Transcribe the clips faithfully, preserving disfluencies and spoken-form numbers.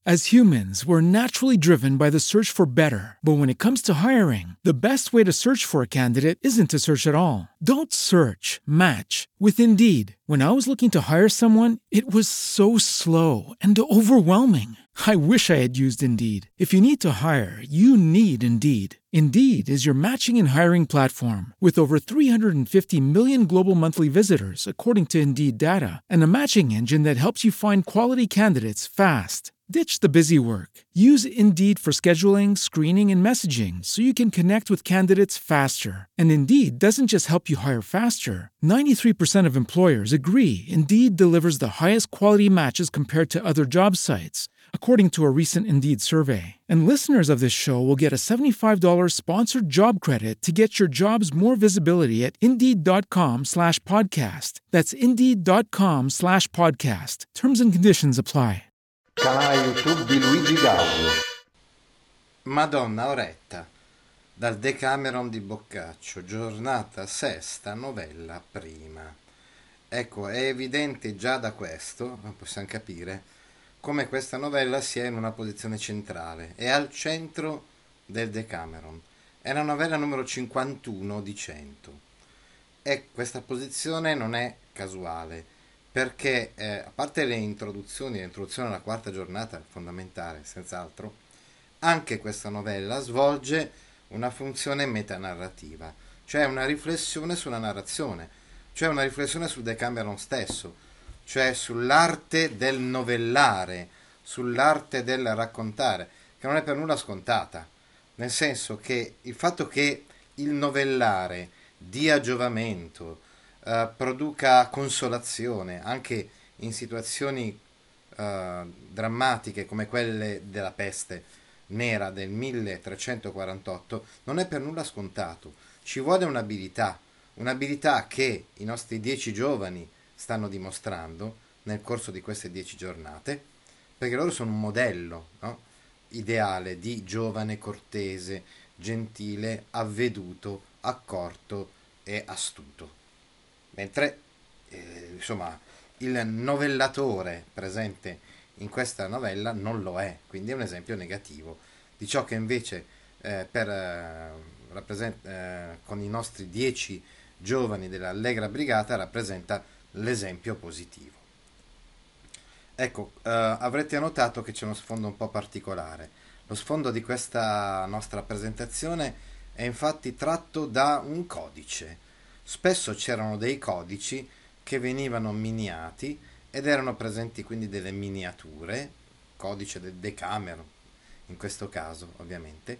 As humans, we're naturally driven by the search for better. But when it comes to hiring, the best way to search for a candidate isn't to search at all. Don't search, match with Indeed. When I was looking to hire someone, it was so slow and overwhelming. I wish I had used Indeed. If you need to hire, you need Indeed. Indeed is your matching and hiring platform with over three hundred fifty million global monthly visitors, according to Indeed data, and a matching engine that helps you find quality candidates fast. Ditch the busy work. Use Indeed for scheduling, screening, and messaging so you can connect with candidates faster. And Indeed doesn't just help you hire faster. ninety-three percent of employers agree Indeed delivers the highest quality matches compared to other job sites, according to a recent Indeed survey. And listeners of this show will get a seventy-five dollars sponsored job credit to get your jobs more visibility at Indeed.com slash podcast. That's Indeed.com slash podcast. Terms and conditions apply. Canale YouTube di Luigi Gaudio. Madonna Auretta, dal Decameron di Boccaccio, giornata sesta, novella prima. Ecco, è evidente già da questo, possiamo capire, come questa novella sia in una posizione centrale, è al centro del Decameron. È la novella numero cinquantuno di cento. E questa posizione non è casuale, perché eh, a parte le introduzioni, l'introduzione alla quarta giornata, fondamentale, senz'altro, anche questa novella svolge una funzione metanarrativa, cioè una riflessione sulla narrazione, cioè una riflessione sul Decameron stesso, cioè sull'arte del novellare, sull'arte del raccontare, che non è per nulla scontata, nel senso che il fatto che il novellare dia giovamento, Uh, produca consolazione anche in situazioni uh, drammatiche come quelle della peste nera del milletrecentoquarantotto, non è per nulla scontato. Ci vuole un'abilità, un'abilità che i nostri dieci giovani stanno dimostrando nel corso di queste dieci giornate, perché loro sono un modello, no? Ideale di giovane, cortese, gentile, avveduto, accorto e astuto. Mentre eh, insomma il novellatore presente in questa novella non lo è, quindi è un esempio negativo di ciò che invece eh, per, eh, rappresent- eh, con i nostri dieci giovani dell'Allegra Brigata rappresenta l'esempio positivo. Ecco, eh, avrete notato che c'è uno sfondo un po' particolare. Lo sfondo di questa nostra presentazione è infatti tratto da un codice. Spesso c'erano dei codici che venivano miniati ed erano presenti quindi delle miniature, codice del Decameron in questo caso ovviamente,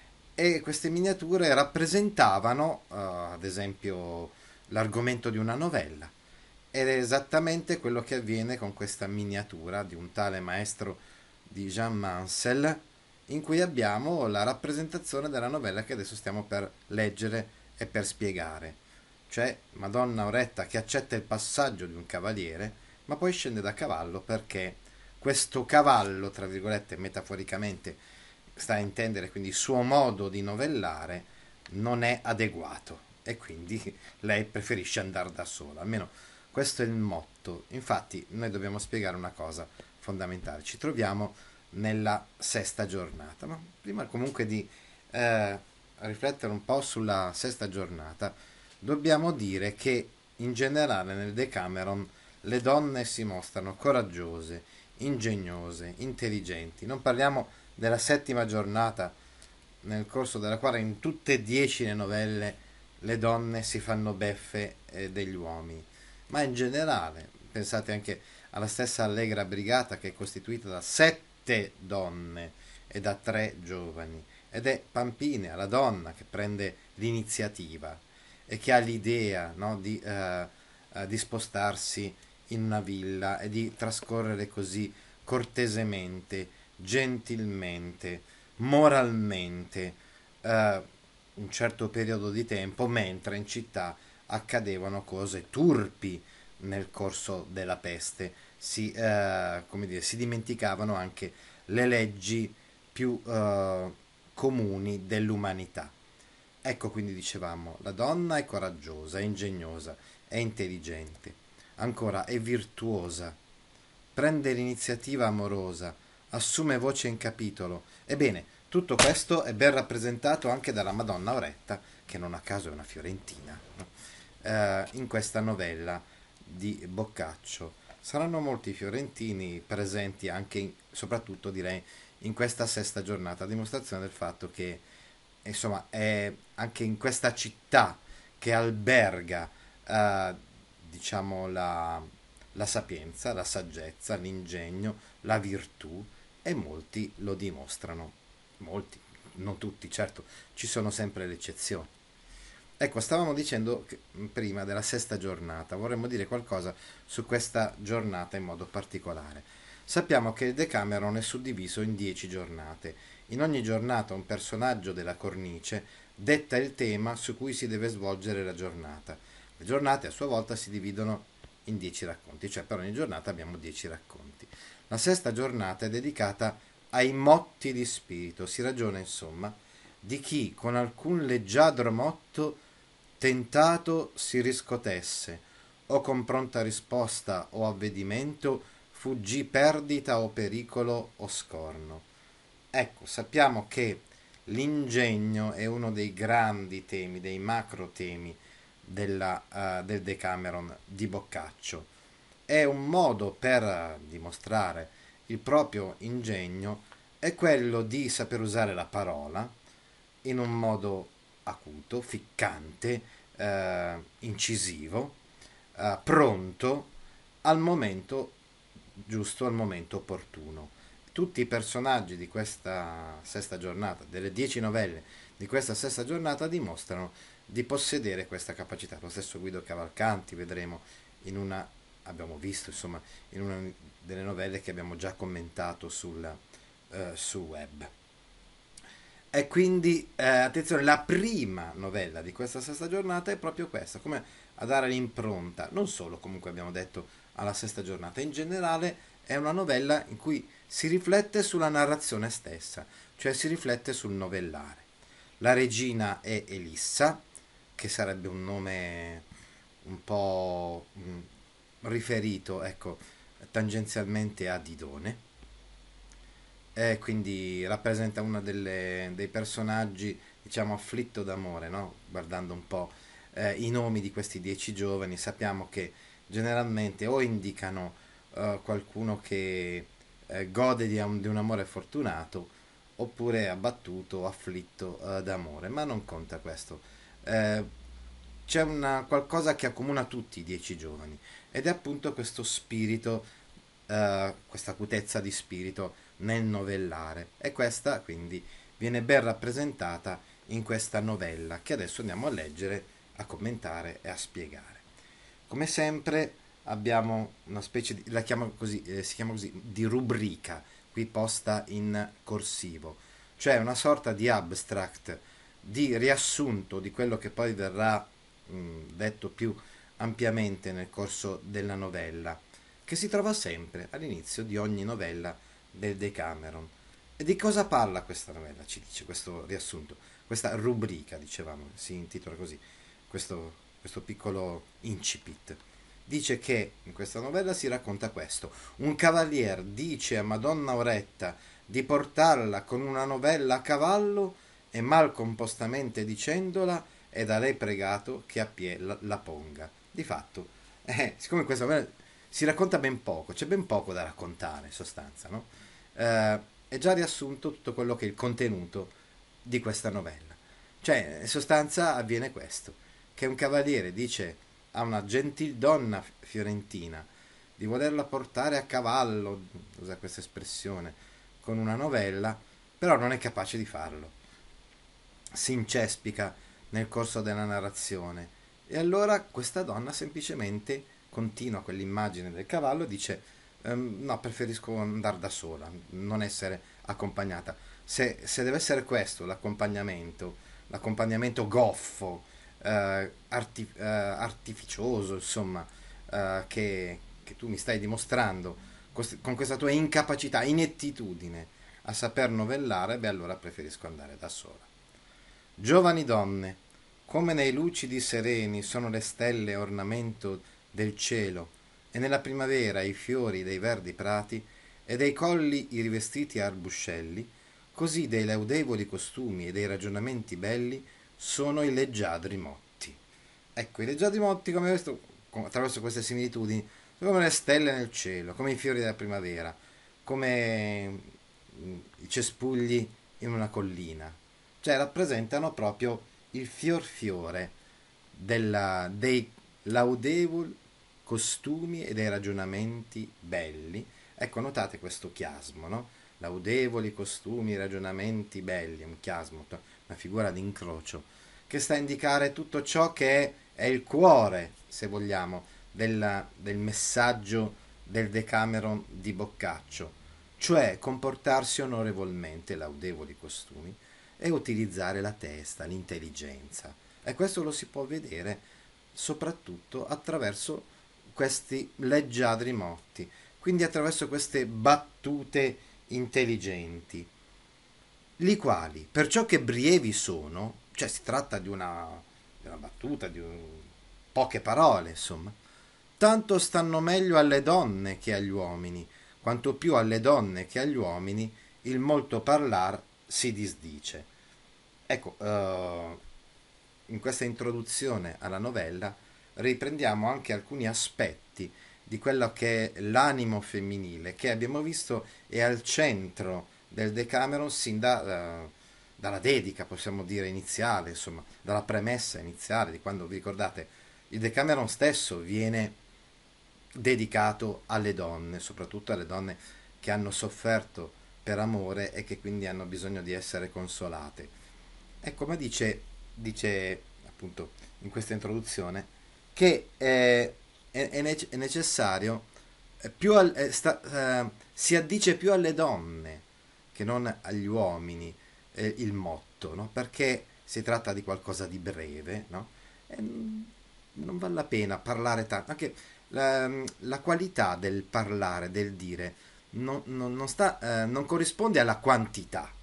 e queste miniature rappresentavano uh, ad esempio l'argomento di una novella, ed è esattamente quello che avviene con questa miniatura di un tale maestro di Jean Mansell, in cui abbiamo la rappresentazione della novella che adesso stiamo per leggere e per spiegare. Cioè Madonna Auretta che accetta il passaggio di un cavaliere, ma poi scende da cavallo perché questo cavallo, tra virgolette, metaforicamente, sta a intendere quindi il suo modo di novellare, non è adeguato e quindi lei preferisce andare da sola. Almeno questo è il motto. Infatti noi dobbiamo spiegare una cosa fondamentale. Ci troviamo nella sesta giornata, ma prima comunque di eh, riflettere un po' sulla sesta giornata, dobbiamo dire che in generale nel Decameron le donne si mostrano coraggiose, ingegnose, intelligenti. Non parliamo della settima giornata, nel corso della quale in tutte e dieci le novelle le donne si fanno beffe eh, degli uomini, ma in generale pensate anche alla stessa Allegra Brigata, che è costituita da sette donne e da tre giovani, ed è Pampinea, la donna, che prende l'iniziativa e che ha l'idea, no, di, eh, eh, di spostarsi in una villa e di trascorrere così cortesemente, gentilmente, moralmente eh, un certo periodo di tempo, mentre in città accadevano cose turpi nel corso della peste, si, eh, come dire, si dimenticavano anche le leggi più eh, comuni dell'umanità. Ecco, quindi dicevamo, la donna è coraggiosa, è ingegnosa, è intelligente, ancora è virtuosa, prende l'iniziativa amorosa, assume voce in capitolo. Ebbene, tutto questo è ben rappresentato anche dalla Madonna Auretta, che non a caso è una fiorentina, no? eh, in questa novella di Boccaccio. Saranno molti fiorentini presenti anche, in, soprattutto direi, in questa sesta giornata, a dimostrazione del fatto che, insomma, è anche in questa città che alberga, eh, diciamo, la, la sapienza, la saggezza, l'ingegno, la virtù, e molti lo dimostrano. Molti, non tutti, certo, ci sono sempre le eccezioni. Ecco, stavamo dicendo che, prima della sesta giornata, vorremmo dire qualcosa su questa giornata in modo particolare. Sappiamo che il Decameron è suddiviso in dieci giornate. In ogni giornata un personaggio della cornice detta il tema su cui si deve svolgere la giornata. Le giornate a sua volta si dividono in dieci racconti, cioè per ogni giornata abbiamo dieci racconti. La sesta giornata è dedicata ai motti di spirito. Si ragiona, insomma, di chi con alcun leggiadro motto tentato si riscotesse, o con pronta risposta o avvedimento fuggì perdita o pericolo o scorno. Ecco, sappiamo che l'ingegno è uno dei grandi temi, dei macro temi della, uh, del Decameron di Boccaccio. È un modo per dimostrare il proprio ingegno, è quello di saper usare la parola in un modo acuto, ficcante, eh, incisivo, eh, pronto al momento giusto, al momento opportuno. Tutti i personaggi di questa sesta giornata, delle dieci novelle di questa sesta giornata, dimostrano di possedere questa capacità. Lo stesso Guido Cavalcanti vedremo in una, abbiamo visto insomma, in una delle novelle che abbiamo già commentato sul, eh, sul web. E quindi, eh, attenzione, la prima novella di questa sesta giornata è proprio questa, come a dare l'impronta, non solo, comunque abbiamo detto, alla sesta giornata, in generale è una novella in cui si riflette sulla narrazione stessa, cioè si riflette sul novellare. La regina è Elissa, che sarebbe un nome un po' mh, riferito, ecco, tangenzialmente a Didone. E quindi rappresenta uno delle, dei personaggi, diciamo, afflitto d'amore, no? Guardando un po' eh, i nomi di questi dieci giovani, sappiamo che generalmente o indicano eh, qualcuno che eh, gode di un, di un amore fortunato, oppure è abbattuto o afflitto eh, d'amore, ma non conta questo. Eh, c'è una, qualcosa che accomuna tutti i dieci giovani, ed è appunto questo spirito, eh, questa acutezza di spirito nel novellare, e questa quindi viene ben rappresentata in questa novella che adesso andiamo a leggere, a commentare e a spiegare. Come sempre abbiamo una specie di, la chiamo così, eh, si chiama così, di rubrica, qui posta in corsivo, cioè una sorta di abstract, di riassunto di quello che poi verrà mh, detto più ampiamente nel corso della novella, che si trova sempre all'inizio di ogni novella del Decameron. E di cosa parla questa novella? Ci dice questo riassunto, questa rubrica, dicevamo, si intitola così, questo, questo piccolo incipit. Dice che in questa novella si racconta questo: un cavalier dice a Madonna Auretta di portarla con una novella a cavallo, e mal compostamente dicendola è da lei pregato che a piè la, la ponga. Di fatto, eh, siccome questa novella si racconta ben poco, c'è ben poco da raccontare in sostanza, no? Eh, è già riassunto tutto quello che è il contenuto di questa novella. Cioè, in sostanza avviene questo, che un cavaliere dice a una gentildonna fiorentina di volerla portare a cavallo, usa questa espressione, con una novella, però non è capace di farlo. Si incespica nel corso della narrazione, e allora questa donna semplicemente continua quell'immagine del cavallo e dice ehm, no, preferisco andare da sola, non essere accompagnata. Se, se deve essere questo l'accompagnamento, l'accompagnamento goffo, eh, arti, eh, artificioso, insomma, eh, che, che tu mi stai dimostrando con questa tua incapacità, inettitudine a saper novellare, beh, allora preferisco andare da sola. Giovani donne, come nei lucidi sereni sono le stelle ornamento del cielo, e nella primavera i fiori dei verdi prati, e dei colli i rivestiti a arbuscelli, così dei laudevoli costumi e dei ragionamenti belli sono i leggiadri motti. Ecco, i leggiadri motti, come questo, attraverso queste similitudini, sono come le stelle nel cielo, come i fiori della primavera, come mm, i cespugli in una collina. Cioè rappresentano proprio il fior fiore della- dei laudevoli costumi e dei ragionamenti belli. Ecco, notate questo chiasmo, no? Laudevoli costumi e ragionamenti belli, è un chiasmo, una figura di incrocio, che sta a indicare tutto ciò che è, è il cuore, se vogliamo, della- del messaggio del Decameron di Boccaccio, cioè comportarsi onorevolmente, laudevoli costumi, e utilizzare la testa, l'intelligenza. E questo lo si può vedere soprattutto attraverso questi leggiadri motti, quindi attraverso queste battute intelligenti, li quali, per ciò che brievi sono, cioè si tratta di una, di una battuta, di un- poche parole, insomma, tanto stanno meglio alle donne che agli uomini, quanto più alle donne che agli uomini il molto parlar si disdice. Ecco, eh, in questa introduzione alla novella riprendiamo anche alcuni aspetti di quello che è l'animo femminile, che abbiamo visto è al centro del Decameron sin da, eh, dalla dedica, possiamo dire, iniziale, insomma, dalla premessa iniziale, di quando vi ricordate, il Decameron stesso viene dedicato alle donne, soprattutto alle donne che hanno sofferto per amore e che quindi hanno bisogno di essere consolate. E come dice, dice appunto in questa introduzione, che eh, è, è nece- è necessario, eh, più al- eh, sta- eh, si addice più alle donne che non agli uomini eh, il motto, no? Perché si tratta di qualcosa di breve, no? E mm, non vale la pena parlare tanto, anche la, la qualità del parlare, del dire, non, non- non sta, eh, non corrisponde alla quantità,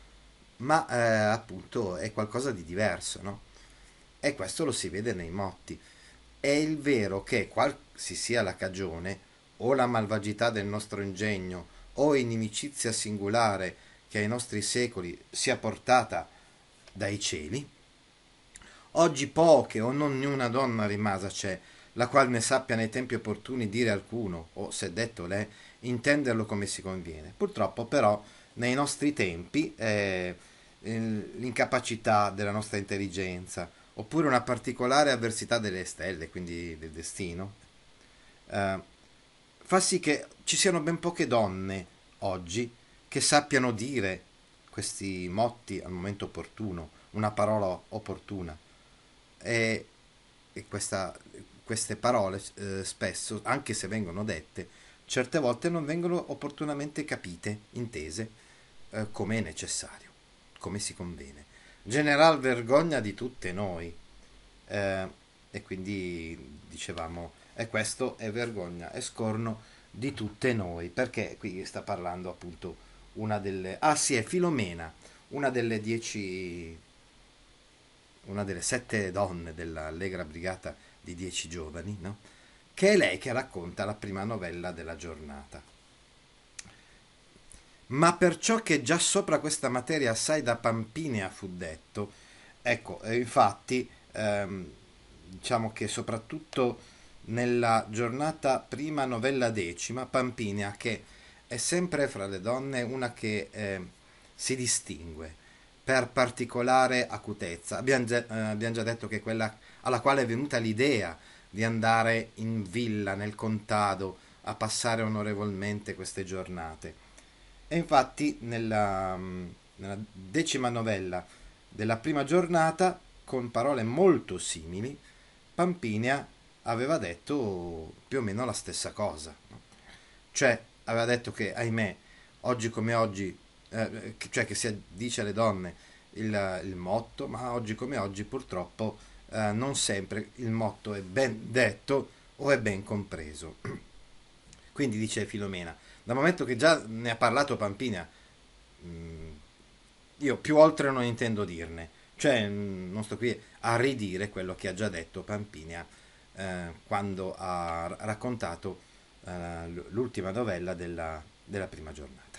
ma eh, appunto è qualcosa di diverso, no? E questo lo si vede nei motti. È il vero che qualsi sia la cagione, o la malvagità del nostro ingegno, o inimicizia singolare che ai nostri secoli sia portata dai cieli, oggi poche o non niuna donna rimasa c'è, la qual ne sappia nei tempi opportuni dire alcuno, o se detto l'è, intenderlo come si conviene. Purtroppo però nei nostri tempi eh, l'incapacità della nostra intelligenza, oppure una particolare avversità delle stelle, quindi del destino, eh, fa sì che ci siano ben poche donne oggi che sappiano dire questi motti al momento opportuno, una parola opportuna. E, e questa- queste parole eh, spesso, anche se vengono dette, certe volte non vengono opportunamente capite, intese, eh, come è necessario, come si conviene. General vergogna di tutte noi. Eh, e quindi dicevamo, e questo è vergogna e scorno di tutte noi, perché qui sta parlando appunto una delle... Ah sì, è Filomena, una delle dieci, una delle sette donne dell'Allegra Brigata di dieci giovani, no? Che è lei che racconta la prima novella della giornata. Ma perciò che già sopra questa materia assai da Pampinea fu detto, ecco, eh, infatti, ehm, diciamo che soprattutto nella giornata prima novella decima, Pampinea, che è sempre fra le donne una che eh, si distingue per particolare acutezza. Abbiamo già, eh, abbiamo già detto che è quella alla quale è venuta l'idea di andare in villa, nel contado, a passare onorevolmente queste giornate. E infatti nella, mm, nella decima novella della prima giornata, con parole molto simili, Pampinia aveva detto più o meno la stessa cosa, no? Cioè aveva detto che, ahimè, oggi come oggi, eh, cioè che si dice alle donne il, il motto, ma oggi come oggi purtroppo eh, non sempre il motto è ben detto o è ben compreso. Quindi dice Filomena, dal momento che già ne ha parlato Pampina, mh, io più oltre non intendo dirne, cioè mh, non sto qui a ridire quello che ha già detto Pampina eh, quando ha r- raccontato eh, l'ultima novella della, della prima giornata.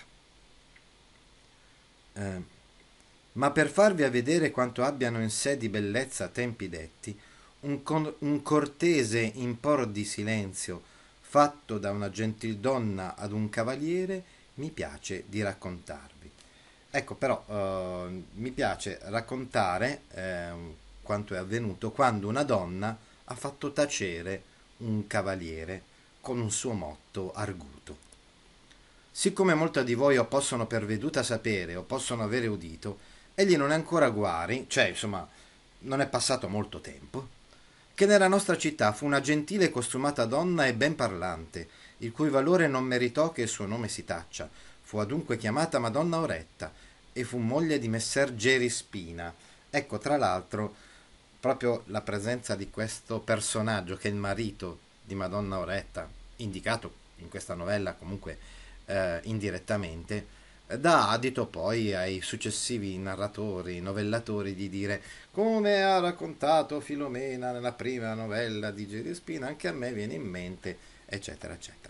Eh, ma per farvi a vedere quanto abbiano in sé di bellezza tempi detti, un, con- un cortese impor di silenzio fatto da una gentildonna ad un cavaliere mi piace di raccontarvi. Ecco, però eh, mi piace raccontare eh, quanto è avvenuto quando una donna ha fatto tacere un cavaliere con un suo motto arguto. Siccome molti di voi o possono per veduta sapere o possono avere udito, egli non è ancora guari, cioè insomma non è passato molto tempo, che nella nostra città fu una gentile e costumata donna e ben parlante, il cui valore non meritò che il suo nome si taccia. Fu adunque chiamata Madonna Oretta e fu moglie di messer Gerispina. Ecco, tra l'altro, proprio la presenza di questo personaggio, che è il marito di Madonna Oretta, indicato in questa novella comunque eh, indirettamente, dà adito poi ai successivi narratori, novellatori di dire come ha raccontato Filomena nella prima novella di Gerispina, anche a me viene in mente, eccetera, eccetera.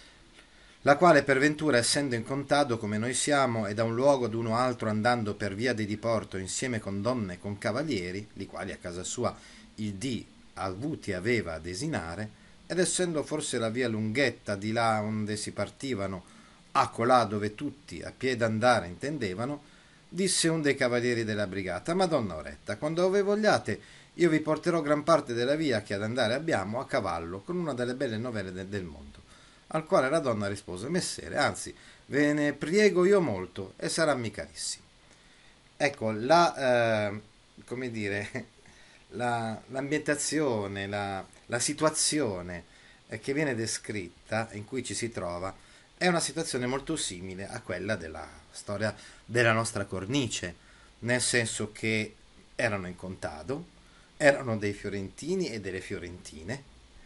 La quale per ventura, essendo in contado come noi siamo, e da un luogo ad uno altro andando per via di diporto insieme con donne e con cavalieri, li quali a casa sua il dì avuti aveva a desinare, ed essendo forse la via lunghetta di là onde si partivano, a colà dove tutti a piede andare intendevano, disse un dei cavalieri della brigata: Madonna Oretta, quando ove vogliate io vi porterò gran parte della via che ad andare abbiamo a cavallo con una delle belle novelle de- del mondo. Al quale la donna rispose: Messere, anzi, ve ne priego io molto e sarammi carissimo. Ecco, la, eh, come dire, la, l'ambientazione, la, la situazione eh, che viene descritta, in cui ci si trova, è una situazione molto simile a quella della storia della nostra cornice, nel senso che erano in contado, erano dei fiorentini e delle fiorentine,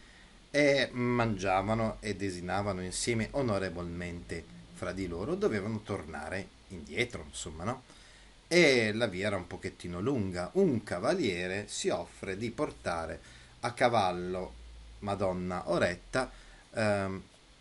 e mangiavano e desinavano insieme onorevolmente fra di loro, dovevano tornare indietro, insomma, no? E la via era un pochettino lunga. Un cavaliere si offre di portare a cavallo Madonna Oretta, ehm,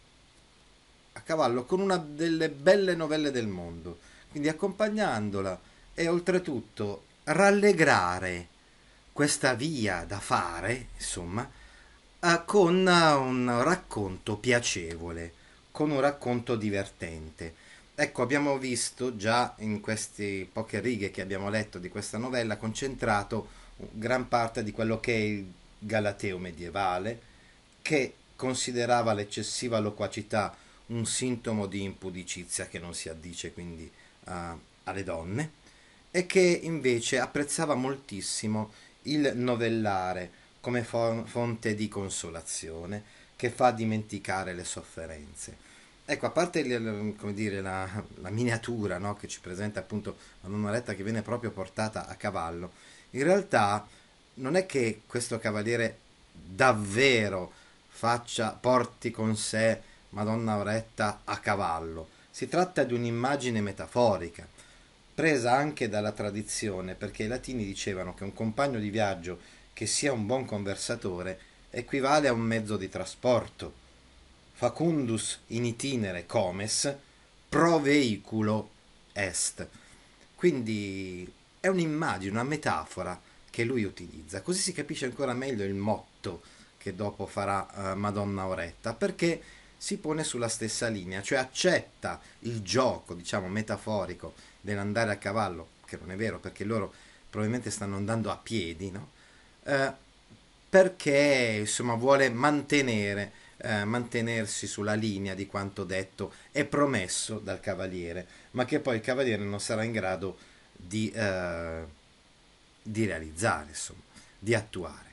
a cavallo con una delle belle novelle del mondo, quindi accompagnandola e oltretutto rallegrare questa via da fare, insomma, eh, con un racconto piacevole, con un racconto divertente. Ecco, abbiamo visto già in queste poche righe che abbiamo letto di questa novella concentrato gran parte di quello che è il Galateo medievale, che considerava l'eccessiva loquacità un sintomo di impudicizia che non si addice quindi a- alle donne, e che invece apprezzava moltissimo il novellare come fo- fonte di consolazione che fa dimenticare le sofferenze. Ecco, a parte il- come dire, la, la miniatura, no, che ci presenta appunto una Nonnoretta che viene proprio portata a cavallo, in realtà non è che questo cavaliere davvero faccia, porti con sé Madonna Oretta a cavallo. Si tratta di un'immagine metaforica, presa anche dalla tradizione, perché i latini dicevano che un compagno di viaggio che sia un buon conversatore equivale a un mezzo di trasporto. Facundus in itinere comes, pro vehiculo est. Quindi è un'immagine, una metafora che lui utilizza. Così si capisce ancora meglio il motto che dopo farà uh, Madonna Oretta, perché si pone sulla stessa linea, cioè accetta il gioco, diciamo, metaforico dell'andare a cavallo, che non è vero perché loro probabilmente stanno andando a piedi, no? Eh, perché insomma vuole mantenere, eh, mantenersi sulla linea di quanto detto e promesso dal cavaliere, ma che poi il cavaliere non sarà in grado di, eh, di realizzare, insomma, di attuare.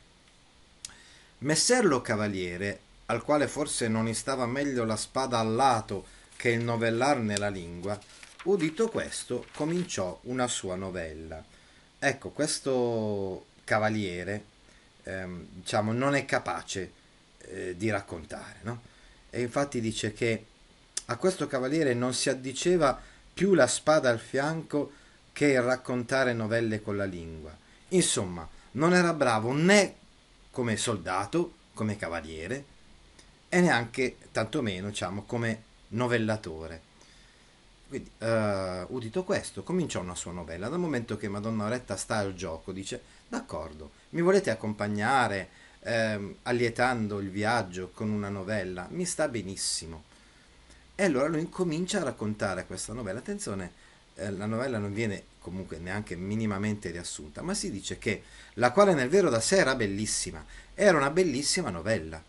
Messer Cavaliere, al quale forse non istava meglio la spada al lato che il novellar nella lingua, udito questo, cominciò una sua novella. Ecco, questo cavaliere, ehm, diciamo, non è capace eh, di raccontare, no? E infatti dice che a questo cavaliere non si addiceva più la spada al fianco che il raccontare novelle con la lingua. Insomma, non era bravo né come soldato, come cavaliere, e neanche tantomeno, diciamo, come novellatore. Quindi, eh, udito questo, cominciò una sua novella. Dal momento che Madonna Auretta sta al gioco, dice, d'accordo, mi volete accompagnare, ehm, allietando il viaggio con una novella? Mi sta benissimo. E allora lui incomincia a raccontare questa novella. Attenzione, eh, la novella non viene comunque neanche minimamente riassunta, ma si dice che la quale nel vero da sé era bellissima, era una bellissima novella.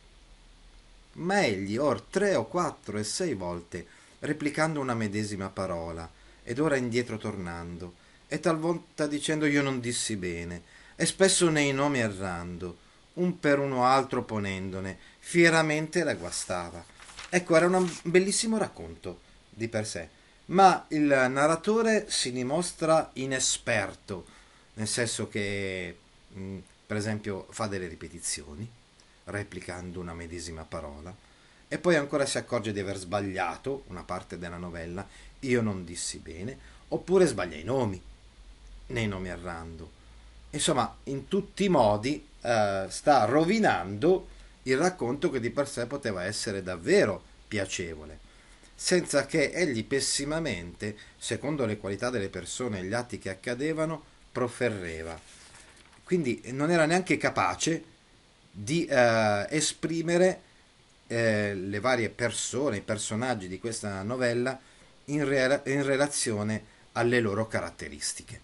Ma egli, or tre o quattro e sei volte, replicando una medesima parola, ed ora indietro tornando, e talvolta dicendo io non dissi bene, e spesso nei nomi errando, un per uno altro ponendone, fieramente la guastava. Ecco, era un bellissimo racconto di per sé, ma il narratore si dimostra inesperto, nel senso che, mh, per esempio, fa delle ripetizioni, replicando una medesima parola, e poi ancora si accorge di aver sbagliato una parte della novella, io non dissi bene, oppure sbaglia i nomi, nei nomi errando. Insomma, in tutti i modi eh, sta rovinando il racconto che di per sé poteva essere davvero piacevole, senza che egli pessimamente, secondo le qualità delle persone e gli atti che accadevano, proferreva. Quindi non era neanche capace di eh, esprimere eh, le varie persone, i personaggi di questa novella in, re- in relazione alle loro caratteristiche.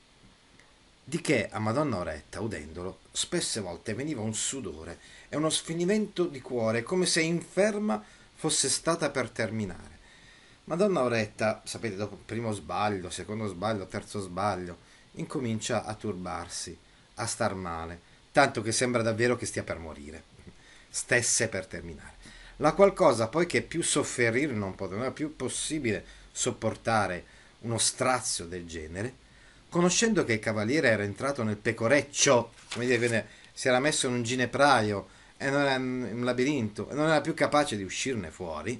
Di che a Madonna Auretta, udendolo, spesse volte veniva un sudore e uno sfinimento di cuore, come se inferma fosse stata per terminare. Madonna Auretta, sapete, dopo il primo sbaglio, secondo sbaglio, terzo sbaglio, incomincia a turbarsi, a star male, tanto che sembra davvero che stia per morire. Stesse per terminare. La qualcosa, poi che più sofferire non poteva più possibile sopportare uno strazio del genere, conoscendo che il cavaliere era entrato nel pecoreccio, come dire, si era messo in un ginepraio e non era in un labirinto e non era più capace di uscirne fuori,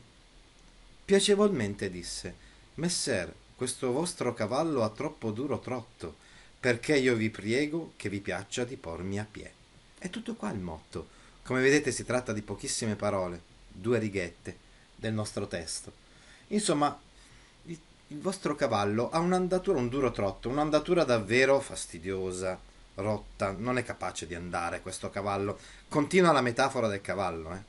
piacevolmente disse: Messer, questo vostro cavallo ha troppo duro trotto, perché io vi prego che vi piaccia di pormi a piè. È tutto qua il motto. Come vedete si tratta di pochissime parole, due righette del nostro testo. Insomma, il, il vostro cavallo ha un'andatura, un duro trotto, un'andatura davvero fastidiosa, rotta, non è capace di andare questo cavallo. Continua la metafora del cavallo, eh.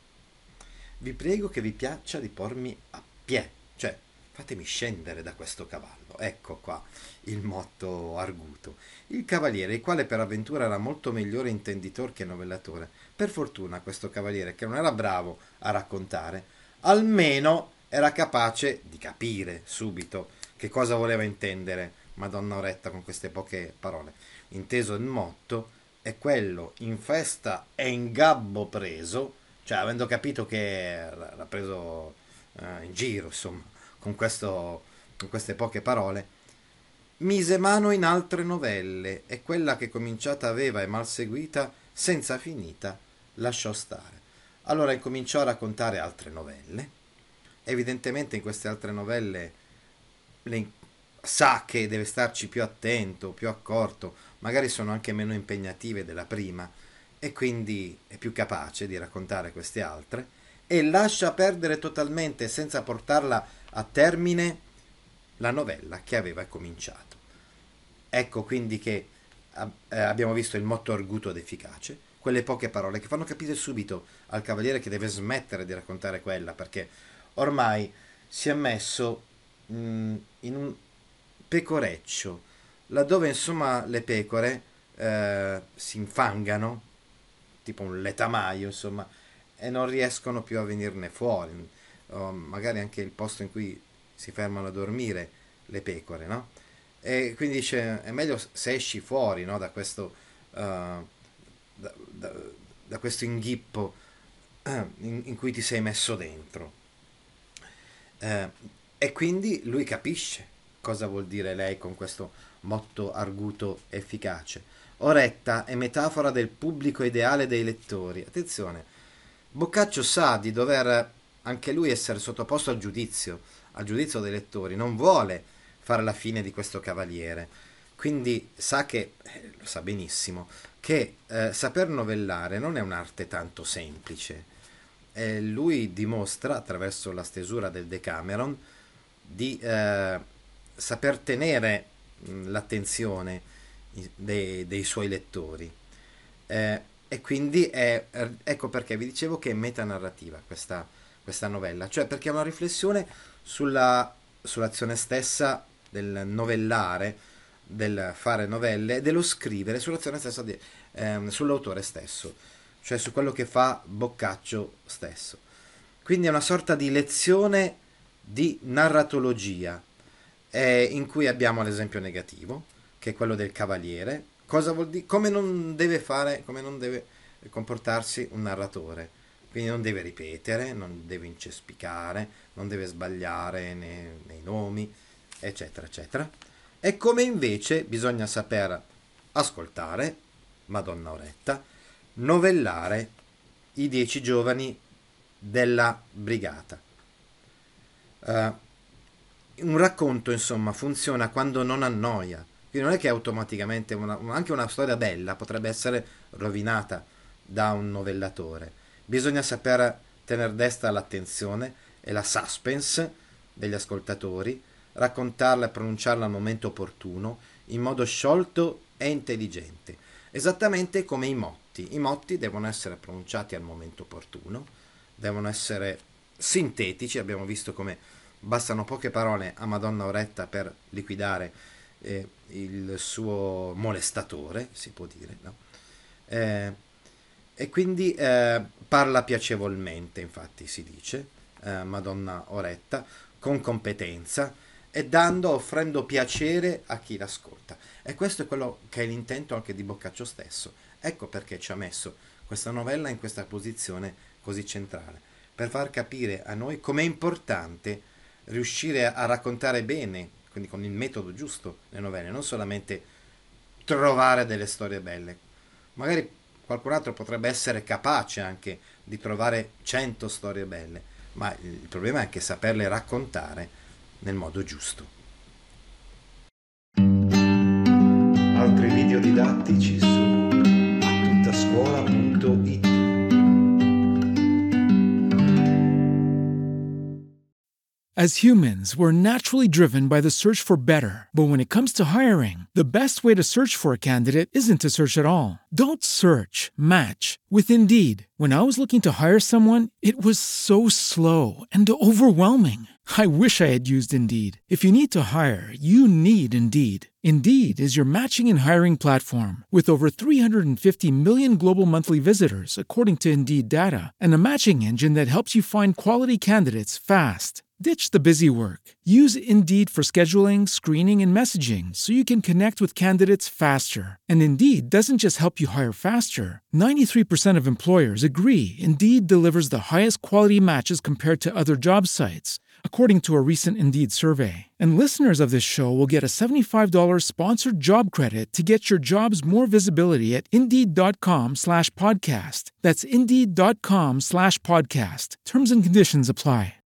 Vi prego che vi piaccia di pormi a piè, cioè fatemi scendere da questo cavallo. Ecco qua il motto arguto. Il cavaliere, il quale per avventura era molto migliore intenditor che novellatore, per fortuna questo cavaliere, che non era bravo a raccontare, almeno era capace di capire subito che cosa voleva intendere Madonna Auretta con queste poche parole. Inteso il motto è quello: in festa e in gabbo preso, cioè avendo capito che l'ha preso eh, in giro, insomma, con, questo, con queste poche parole, mise mano in altre novelle e quella che cominciata aveva e mal seguita, senza finita, lasciò stare. Allora incominciò a raccontare altre novelle. Evidentemente in queste altre novelle le, sa che deve starci più attento, più accorto, magari sono anche meno impegnative della prima, e quindi è più capace di raccontare queste altre, e lascia perdere totalmente, senza portarla a termine, la novella che aveva cominciato. Ecco quindi che eh, abbiamo visto il motto arguto ed efficace, quelle poche parole che fanno capire subito al cavaliere che deve smettere di raccontare quella, perché ormai si è messo mh, in un pecoreccio, laddove insomma le pecore eh, si infangano, tipo un letamaio, insomma, e non riescono più a venirne fuori, o magari anche il posto in cui si fermano a dormire le pecore, no? E quindi dice, è meglio se esci fuori, no, da questo, uh, da, da, da questo inghippo uh, in, in cui ti sei messo dentro. Uh, e quindi lui capisce cosa vuol dire lei con questo motto arguto efficace. Oretta è metafora del pubblico ideale dei lettori. Attenzione, Boccaccio sa di dover anche lui essere sottoposto al giudizio, al giudizio dei lettori, non vuole fare la fine di questo cavaliere, quindi sa che, eh, lo sa benissimo, che eh, saper novellare non è un'arte tanto semplice. E lui dimostra, attraverso la stesura del Decameron, di eh, saper tenere mh, l'attenzione i- dei, dei suoi lettori. Eh, e quindi è, ecco perché vi dicevo che è metanarrativa questa, questa novella, cioè perché è una riflessione sulla, sull'azione stessa del novellare, del fare novelle e dello scrivere, sull'azione stessa di, ehm, sull'autore stesso, cioè su quello che fa Boccaccio stesso. Quindi è una sorta di lezione di narratologia, eh, in cui abbiamo l'esempio negativo, che è quello del cavaliere. Cosa vuol dire? Come non deve fare, come non deve comportarsi un narratore. Quindi non deve ripetere, non deve incespicare, non deve sbagliare nei, nei nomi, eccetera, eccetera. E come invece bisogna saper ascoltare Madonna Auretta, novellare i dieci giovani della brigata. Uh, un racconto, insomma, funziona quando non annoia. Quindi non è che automaticamente una, anche una storia bella potrebbe essere rovinata da un novellatore. Bisogna saper tenere desta l'attenzione e la suspense degli ascoltatori, raccontarla e pronunciarla al momento opportuno, in modo sciolto e intelligente, esattamente come i motti. I motti devono essere pronunciati al momento opportuno, devono essere sintetici. Abbiamo visto come bastano poche parole a Madonna Auretta per liquidare eh, il suo molestatore, si può dire, no? Eh, e quindi eh, parla piacevolmente, infatti si dice, eh, Madonna Auretta, con competenza e dando, offrendo piacere a chi l'ascolta. E questo è quello che è l'intento anche di Boccaccio stesso. Ecco perché ci ha messo questa novella in questa posizione così centrale, per far capire a noi com'è importante riuscire a raccontare bene, quindi con il metodo giusto, le novelle, non solamente trovare delle storie belle. Magari qualcun altro potrebbe essere capace anche di trovare cento storie belle, ma il problema è anche saperle raccontare nel modo giusto. Altri video didattici su a tutta scuola punto it. As humans, we're naturally driven by the search for better. But when it comes to hiring, the best way to search for a candidate isn't to search at all. Don't search, match with Indeed. When I was looking to hire someone, it was so slow and overwhelming. I wish I had used Indeed. If you need to hire, you need Indeed. Indeed is your matching and hiring platform with over three hundred fifty million global monthly visitors, according to Indeed data, and a matching engine that helps you find quality candidates fast. Ditch the busy work. Use Indeed for scheduling, screening, and messaging so you can connect with candidates faster. And Indeed doesn't just help you hire faster. ninety-three percent of employers agree Indeed delivers the highest quality matches compared to other job sites, according to a recent Indeed survey. And listeners of this show will get a seventy-five dollars sponsored job credit to get your jobs more visibility at Indeed.com slash podcast. That's Indeed.com slash podcast. Terms and conditions apply.